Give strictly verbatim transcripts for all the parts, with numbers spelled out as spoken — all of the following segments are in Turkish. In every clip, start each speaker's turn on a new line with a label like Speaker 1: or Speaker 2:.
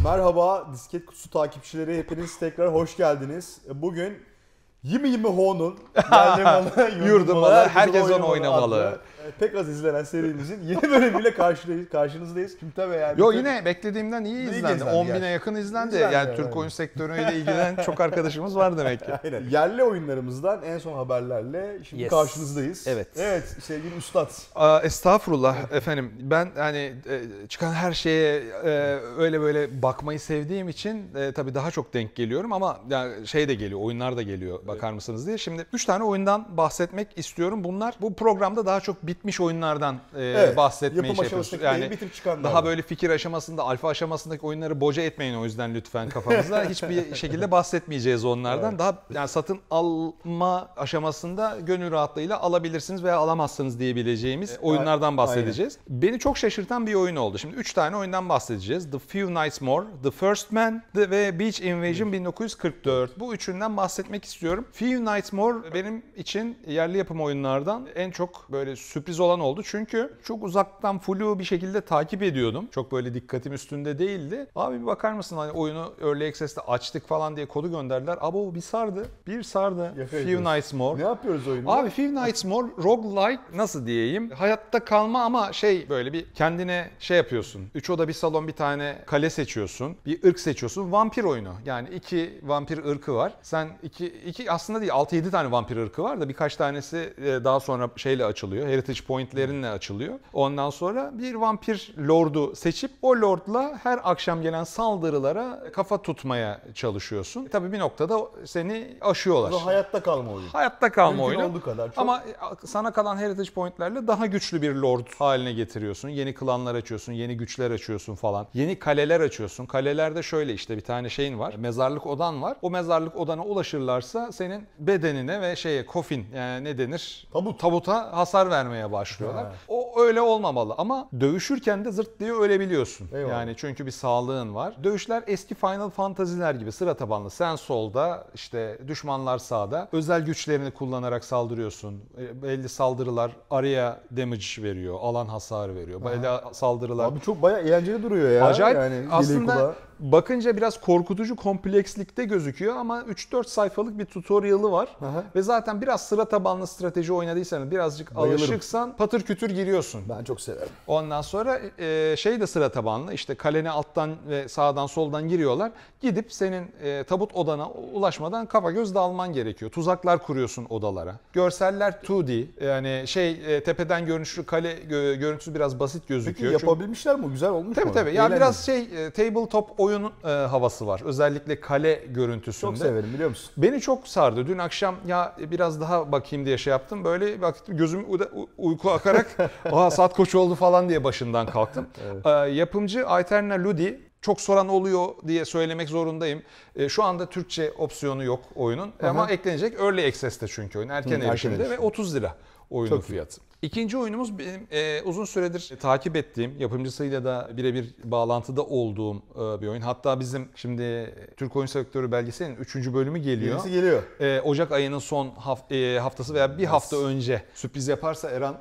Speaker 1: Merhaba Disket Kutusu takipçileri, hepiniz tekrar hoş geldiniz. Bugün Yimi Yimi Ho'nun yerli malı,
Speaker 2: yurdum malı, herkes onu oynamalı.
Speaker 1: Pek az izlenen serimizin yeni bölümüyle karşıdayız, karşınızdayız. Şimdi tabii yani.
Speaker 2: Yo yine beklediğimden iyi, iyi izlendi.
Speaker 1: izlendi
Speaker 2: on bine
Speaker 1: yani.
Speaker 2: yakın izlendi.
Speaker 1: İzlendi
Speaker 2: yani
Speaker 1: yani.
Speaker 2: Türk oyun sektörüyle ilgilenen çok arkadaşımız var demek ki.
Speaker 1: Aynen. Yerli oyunlarımızdan en son haberlerle şimdi
Speaker 2: Yes.
Speaker 1: karşınızdayız.
Speaker 2: Evet.
Speaker 1: Evet sevgili üstad.
Speaker 2: Aa, estağfurullah efendim. Ben hani e, çıkan her şeye e, öyle böyle bakmayı sevdiğim için e, tabii daha çok denk geliyorum ama yani şey de geliyor, oyunlar da geliyor bakar mısınız diye. Şimdi üç tane oyundan bahsetmek istiyorum. Bunlar bu programda daha çok bitmiş oyunlardan e,
Speaker 1: Evet,
Speaker 2: bahsetmeyi
Speaker 1: yapım
Speaker 2: şey yapıyoruz.
Speaker 1: aşamasındaki
Speaker 2: Yani
Speaker 1: değil, bitirip çıkanlar
Speaker 2: daha
Speaker 1: var.
Speaker 2: böyle fikir aşamasında, alfa aşamasındaki oyunları boca etmeyin o yüzden lütfen kafamızda. Hiçbir şekilde bahsetmeyeceğiz onlardan.
Speaker 1: Evet.
Speaker 2: Daha yani satın alma aşamasında gönül rahatlığıyla alabilirsiniz veya alamazsınız diyebileceğimiz oyunlardan bahsedeceğiz. Aynen. Beni çok şaşırtan bir oyun oldu. Şimdi üç tane oyundan bahsedeceğiz. The Few Nights More, The First Man The ve Beach Invasion bin dokuz yüz kırk dört. Bu üçünden bahsetmek istiyorum. Few Nights More benim için yerli yapım oyunlardan en çok böyle sürpriz olan oldu. Çünkü çok uzaktan flu bir şekilde takip ediyordum. Çok böyle dikkatim üstünde değildi. Abi bir bakar mısın hani oyunu Early Access'te açtık falan diye kodu gönderdiler. Abo bir sardı. Bir sardı.
Speaker 1: Yaka
Speaker 2: Few
Speaker 1: ediyoruz.
Speaker 2: Nights More.
Speaker 1: Ne yapıyoruz oyunda?
Speaker 2: Abi Few Nights More roguelike nasıl diyeyim? Hayatta kalma ama şey böyle bir kendine şey yapıyorsun. Üç oda bir salon bir tane kale seçiyorsun. Bir ırk seçiyorsun. Vampir oyunu. Yani iki vampir ırkı var. Sen iki, iki aslında değil altı yedi tane vampir ırkı var da birkaç tanesi daha sonra şeyle açılıyor. Heritage Point'lerinle açılıyor. Ondan sonra bir vampir lordu seçip o lordla her akşam gelen saldırılara kafa tutmaya çalışıyorsun. Tabii bir noktada seni aşıyorlar.
Speaker 1: Bu hayatta kalma oyunu.
Speaker 2: Hayatta kalma
Speaker 1: Mümkün
Speaker 2: oyunu.
Speaker 1: olduğu kadar çok.
Speaker 2: Ama sana kalan heritage point'lerle daha güçlü bir lord haline getiriyorsun. Yeni klanlar açıyorsun, yeni güçler açıyorsun falan. Yeni kaleler açıyorsun. Kalelerde şöyle işte bir tane şeyin var. Mezarlık odan var. O mezarlık odana ulaşırlarsa senin bedenine ve şeye coffin yani ne denir?
Speaker 1: Tabut.
Speaker 2: Tabuta hasar vermeye başlıyorlar.
Speaker 1: Ha.
Speaker 2: O öyle olmamalı ama dövüşürken de zırt diye ölebiliyorsun.
Speaker 1: Eyvallah.
Speaker 2: Yani çünkü bir sağlığın var. Dövüşler eski Final Fantasy'ler gibi sıra tabanlı. Sen solda, işte düşmanlar sağda. Özel güçlerini kullanarak saldırıyorsun. Belli saldırılar area damage veriyor, alan hasarı veriyor. Belli saldırılar.
Speaker 1: Abi çok bayağı eğlenceli duruyor ya.
Speaker 2: Acayip
Speaker 1: yani,
Speaker 2: aslında
Speaker 1: kulağa.
Speaker 2: bakınca biraz korkutucu komplekslikte gözüküyor ama üç dört sayfalık bir tutorial'ı var.
Speaker 1: Aha.
Speaker 2: Ve zaten biraz sıra tabanlı strateji oynadıysanız birazcık
Speaker 1: Bayılırım.
Speaker 2: alışıksan patır kütür giriyorsun.
Speaker 1: Ben çok severim.
Speaker 2: Ondan sonra e, şey de sıra tabanlı işte kalene alttan ve sağdan soldan giriyorlar. Gidip senin e, tabut odana ulaşmadan kafa göz dalman gerekiyor. Tuzaklar kuruyorsun odalara. Görseller iki D yani şey e, tepeden görünüşlü kale gö- görüntüsü biraz basit gözüküyor.
Speaker 1: Peki yapabilmişler mi? Güzel olmuş
Speaker 2: Tabii
Speaker 1: mu?
Speaker 2: tabii. Ya
Speaker 1: Eğlendim.
Speaker 2: biraz şey e, tabletop oyun e, havası var. Özellikle kale görüntüsünde.
Speaker 1: Çok severim biliyor musun?
Speaker 2: Beni çok sardı. Dün akşam ya biraz daha bakayım diye şey yaptım. Böyle baktım gözüm u- uyku akarak aa saat koç oldu falan diye başından kalktım.
Speaker 1: Evet.
Speaker 2: Ee, yapımcı Aeterna Ludi. Çok soran oluyor diye söylemek zorundayım. E, şu anda Türkçe opsiyonu yok oyunun.
Speaker 1: Aha.
Speaker 2: Ama eklenecek Early Access'te çünkü oyun. Erken
Speaker 1: Hı,
Speaker 2: erişimde
Speaker 1: erken
Speaker 2: ve
Speaker 1: erişim.
Speaker 2: otuz lira oyunun
Speaker 1: Çok iyi.
Speaker 2: fiyatı. İkinci oyunumuz benim e, uzun süredir takip ettiğim, yapımcısıyla da birebir bağlantıda olduğum e, bir oyun. Hatta bizim şimdi Türk Oyun Sektörü belgeselinin üçüncü bölümü geliyor.
Speaker 1: Yenisi geliyor.
Speaker 2: E, Ocak ayının son haf- e, haftası veya bir hafta önce sürpriz yaparsa Eren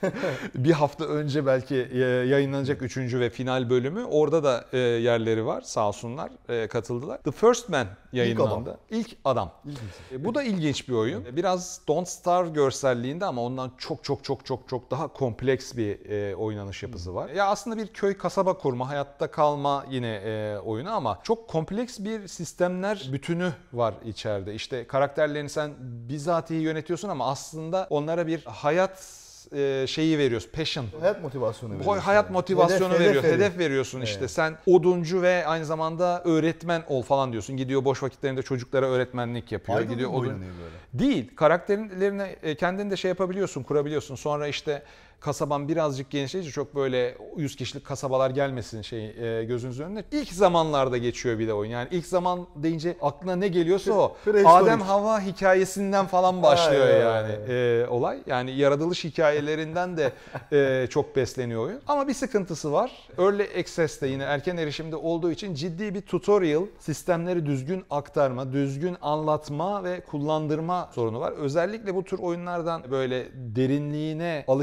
Speaker 2: bir hafta önce belki e, yayınlanacak üçüncü ve final bölümü. Orada da e, yerleri var sağ olsunlar e, katıldılar. The First Man yayınlandı. İlk adam. İlk adam. E, bu da ilginç bir oyun. Biraz Don't Starve görselliğinde ama ondan çok çok çok çok çok daha kompleks bir e, oynanış yapısı var. Ya aslında bir köy kasaba kurma, hayatta kalma yine e, oyunu ama çok kompleks bir sistemler bütünü var içeride. İşte karakterlerini sen bizatihi yönetiyorsun ama aslında onlara bir hayat e, şeyi veriyorsun. Passion.
Speaker 1: Hayat motivasyonu veriyorsun.
Speaker 2: Bu hayat motivasyonu
Speaker 1: Hedef-
Speaker 2: veriyor.
Speaker 1: hedef
Speaker 2: Hedef,
Speaker 1: veriyor.
Speaker 2: veriyorsun
Speaker 1: Evet.
Speaker 2: işte. Sen oduncu ve aynı zamanda öğretmen ol falan diyorsun. Gidiyor boş vakitlerinde çocuklara öğretmenlik yapıyor.
Speaker 1: Aydın
Speaker 2: Gidiyor
Speaker 1: mı
Speaker 2: odun.
Speaker 1: oynanıyor böyle?
Speaker 2: Değil. Karakterlerine e, kendin de şey yapabiliyorsun, kurabiliyorsun. Sonra işte kasaban birazcık genişleyince çok böyle yüz kişilik kasabalar gelmesin şey e, gözünüzün önüne. İlk zamanlarda geçiyor bir de oyun. Yani ilk zaman deyince aklına ne geliyorsa o.
Speaker 1: Prehistorik.
Speaker 2: Adem Hava hikayesinden falan başlıyor
Speaker 1: Ay, ay,
Speaker 2: yani
Speaker 1: ay.
Speaker 2: e, olay. Yani yaratılış hikayelerinden de e, çok besleniyor oyun. Ama bir sıkıntısı var. Early Access'te yine erken erişimde olduğu için ciddi bir tutorial, sistemleri düzgün aktarma, düzgün anlatma ve kullandırma sorunu var. Özellikle bu tür oyunlardan böyle derinliğine alışkın olup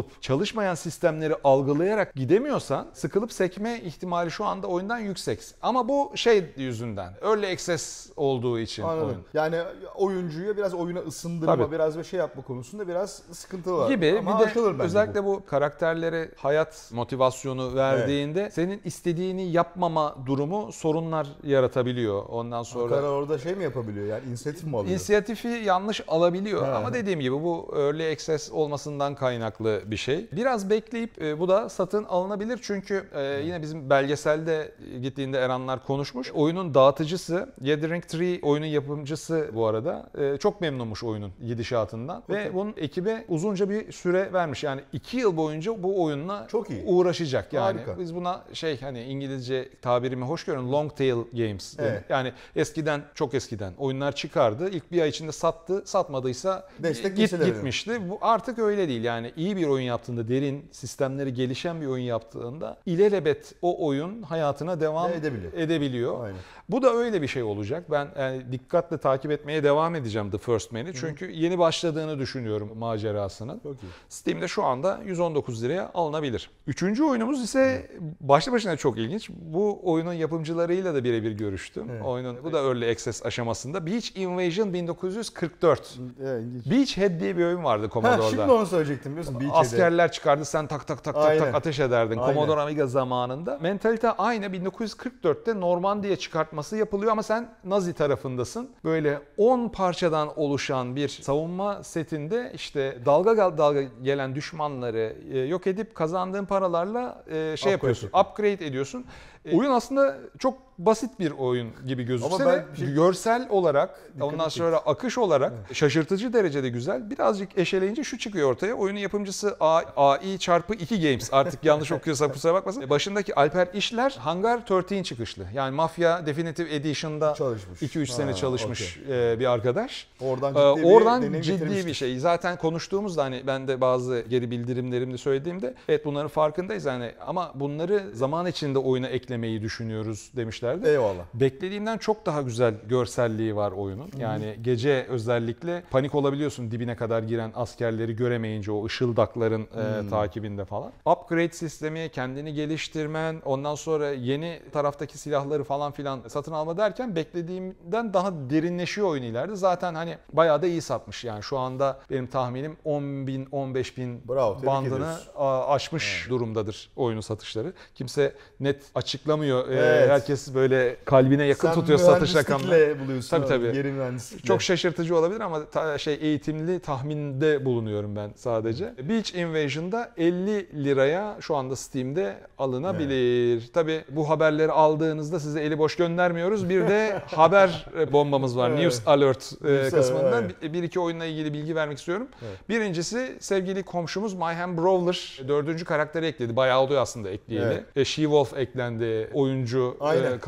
Speaker 2: olup çalışmayan sistemleri algılayarak gidemiyorsan sıkılıp sekme ihtimali şu anda oyundan yüksek. Ama bu şey yüzünden, early access olduğu için
Speaker 1: Anladım.
Speaker 2: oyun.
Speaker 1: Yani oyuncuya biraz oyuna ısındırma,
Speaker 2: Tabii.
Speaker 1: biraz bir şey yapma konusunda biraz sıkıntı var.
Speaker 2: Gibi.
Speaker 1: Ama
Speaker 2: bir de
Speaker 1: aşılır bence
Speaker 2: özellikle
Speaker 1: bu.
Speaker 2: bu. karakterlere hayat motivasyonu verdiğinde evet. senin istediğini yapmama durumu sorunlar yaratabiliyor. Ondan sonra
Speaker 1: Karar orada şey mi yapabiliyor, yani inisiyatif mi alıyor?
Speaker 2: İnisiyatifi yanlış alabiliyor.
Speaker 1: He.
Speaker 2: Ama dediğim gibi bu early access olmasından kaynaklı bir şey. Biraz bekleyip e, bu da satın alınabilir. Çünkü e, yine bizim belgeselde gittiğinde Eranlar konuşmuş. Oyunun dağıtıcısı Gathering Tree, oyunun yapımcısı bu arada. E, çok memnunmuş oyunun gidişatından. Okay. Ve bunun ekibe uzunca bir süre vermiş. Yani iki yıl boyunca bu oyunla çok iyi uğraşacak. Yani harika. Biz buna şey, hani İngilizce tabirimi hoş görün, long tail games. Evet. Yani eskiden, çok eskiden oyunlar çıkardı. İlk bir ay içinde sattı. Satmadıysa
Speaker 1: Destek
Speaker 2: git, gitmişti. Bu artık öyle değil. Yani iyi bir oyun yaptığında, derin sistemleri gelişen bir oyun yaptığında ilelebet o oyun hayatına devam edebiliyor. edebiliyor. Aynen. Bu da öyle bir şey olacak. Ben yani dikkatle takip etmeye devam edeceğim The First Man'i. Çünkü yeni başladığını düşünüyorum macerasının. Steam'de şu anda yüz on dokuz liraya alınabilir. Üçüncü oyunumuz ise başlı başına çok ilginç. Bu oyunun yapımcılarıyla da birebir görüştüm. Evet. Oyunun, bu da Early Access aşamasında. Beach Invasion bin dokuz yüz kırk dört. Evet, Beachhead diye bir oyun vardı Commodore'da. Ha,
Speaker 1: şimdi onu söyleyecektim biliyorsun. Beachhead'e.
Speaker 2: Askerler çıkardı, sen tak tak tak tak tak ateş ederdin.
Speaker 1: Aynen.
Speaker 2: Commodore Amiga zamanında. Mentalite aynı. bin dokuz yüz kırk dörtte Normandiya çıkartması yapılıyor ama sen Nazi tarafındasın. Böyle on parçadan oluşan bir savunma setinde işte dalga dalga gelen düşmanları yok edip kazandığın paralarla şey upgrade yapıyorsun. Ediyor. Upgrade ediyorsun. Oyun aslında çok basit bir oyun gibi gözükse de şey... görsel olarak, dikkat ondan sonra et. akış olarak evet. şaşırtıcı derecede güzel. Birazcık eşeleyince şu çıkıyor ortaya. Oyunun yapımcısı A I çarpı iki Games. Artık yanlış okuyorsa kusura bakmasın. Başındaki Alper İşler Hangar on üç çıkışlı. Yani Mafya Definitive Edition'da iki üç sene çalışmış okay. bir arkadaş.
Speaker 1: Oradan ciddi,
Speaker 2: Oradan
Speaker 1: bir,
Speaker 2: ciddi bir şey. Zaten konuştuğumuzda, hani ben de bazı geri bildirimlerimde söylediğimde evet bunların farkındayız yani, ama bunları zaman içinde oyuna eklemeyi düşünüyoruz demişler.
Speaker 1: Eyvallah.
Speaker 2: Beklediğimden çok daha güzel görselliği var oyunun. Yani Hı-hı. gece özellikle panik olabiliyorsun dibine kadar giren askerleri göremeyince, o ışıldakların e, takibinde falan. Upgrade sistemi, kendini geliştirmen, ondan sonra yeni taraftaki silahları falan filan satın alma derken beklediğimden daha derinleşiyor oyun ileride. Zaten hani bayağı da iyi satmış. Yani şu anda benim tahminim on bin on beş bin Bravo, bandını aşmış evet. durumdadır oyunun satışları. Kimse net açıklamıyor. Evet. Herkes böyle kalbine yakın
Speaker 1: Sen
Speaker 2: tutuyor satış rakamını.
Speaker 1: Sen buluyorsun.
Speaker 2: Tabii tabii.
Speaker 1: Geri mühendislikle.
Speaker 2: Çok şaşırtıcı olabilir ama ta, şey eğitimli tahminde bulunuyorum ben sadece. Beach Invasion'da elli liraya şu anda Steam'de alınabilir. Evet. Tabii bu haberleri aldığınızda size eli boş göndermiyoruz. Bir de haber bombamız var. Evet. News Alert News kısmından. Evet. Bir iki oyunla ilgili bilgi vermek istiyorum. Evet. Birincisi sevgili komşumuz Mayhem Brawler dördüncü karakteri ekledi. Bayağı oluyor aslında ekleyeli. Evet. She-Wolf eklendi oyuncu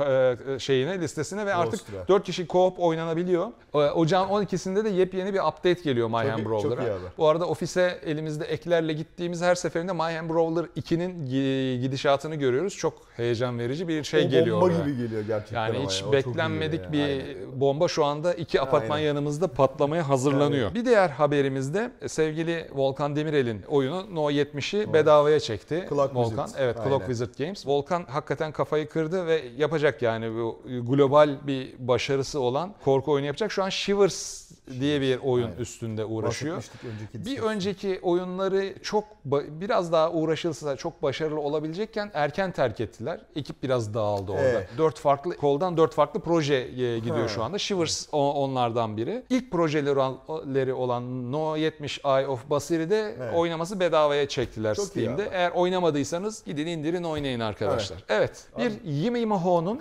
Speaker 2: e, şeyine, listesine ve artık Rostra. dört kişi co-op oynanabiliyor. Ocağın on ikisinde de yepyeni bir update geliyor Mayhem Brawler'a. Bu arada ofise elimizde eklerle gittiğimiz her seferinde Mayhem Brawler ikinin gidişatını görüyoruz. Çok heyecan verici bir şey
Speaker 1: o
Speaker 2: geliyor
Speaker 1: bomba
Speaker 2: oraya.
Speaker 1: gibi geliyor gerçekten.
Speaker 2: Yani hiç
Speaker 1: ya.
Speaker 2: beklenmedik yani. bir Aynen. bomba şu anda iki apartman Aynen. yanımızda patlamaya hazırlanıyor. Aynen. Bir diğer haberimizde sevgili Volkan Demirel'in oyunu No yetmişi bedavaya çekti.
Speaker 1: Clock
Speaker 2: Volkan.
Speaker 1: Wizard.
Speaker 2: Evet,
Speaker 1: Aynen.
Speaker 2: Clock Wizard Games. Volkan hakikaten kafayı kırdı ve yapacak yani bu global bir başarısı olan korku oyunu yapacak. Şu an Shivers diye bir oyun Aynen. üstünde uğraşıyor.
Speaker 1: Önceki
Speaker 2: bir önceki oyunları çok biraz daha uğraşılsa çok başarılı olabilecekken erken terk ettiler. Ekip biraz dağıldı orada. Evet. Dört farklı koldan dört farklı proje gidiyor ha. şu anda. Shivers evet. onlardan biri. İlk projeleri olan No yetmiş Eye of Basiri'de evet. oynaması bedavaya çektiler çok Steam'de. Eğer oynamadıysanız gidin indirin oynayın arkadaşlar. Evet. evet bir Yimi Yimi Ho'nun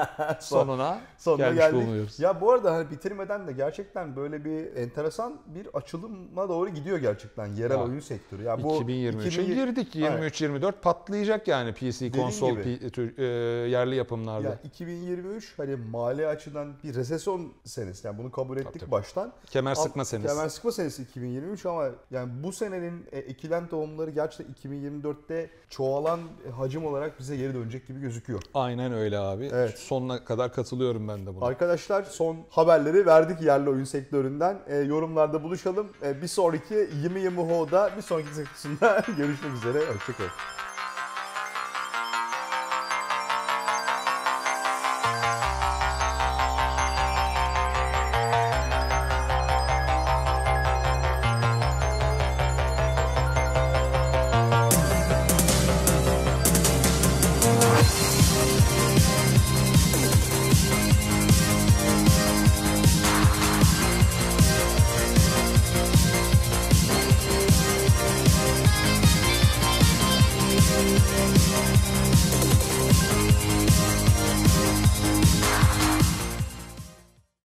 Speaker 2: sonuna, sonuna gelmiş bulunuyoruz.
Speaker 1: Ya bu arada hani bitirmeden de gerçekten böyle bir enteresan bir açılıma doğru gidiyor gerçekten yerel ya, oyun sektörü. Ya bu
Speaker 2: iki bin yirmi üçe iki bin girdik. yirmi üç yirmi dört patlayacak yani P C, Dediğim konsol, P, e, yerli yapımlarda.
Speaker 1: Ya iki bin yirmi üç hani mali açıdan bir resesyon senesi. Yani bunu kabul ettik tabii, tabii. baştan.
Speaker 2: Kemer sıkma senesi.
Speaker 1: Kemer sıkma senesi iki bin yirmi üç ama yani bu senenin ekilen tohumları gerçekten iki bin yirmi dörtte çoğalan hacim olarak bize geri dönecek gibi gözüküyor.
Speaker 2: Aynen öyle abi. Evet. Sonuna kadar katılıyorum ben de buna.
Speaker 1: Arkadaşlar son haberleri verdik yerli oyun sektörü sektöründen e, yorumlarda buluşalım. E, bir sonraki yirmi yirmi Ho'da bir sonraki sektöründe görüşmek üzere. Hoşçakalın.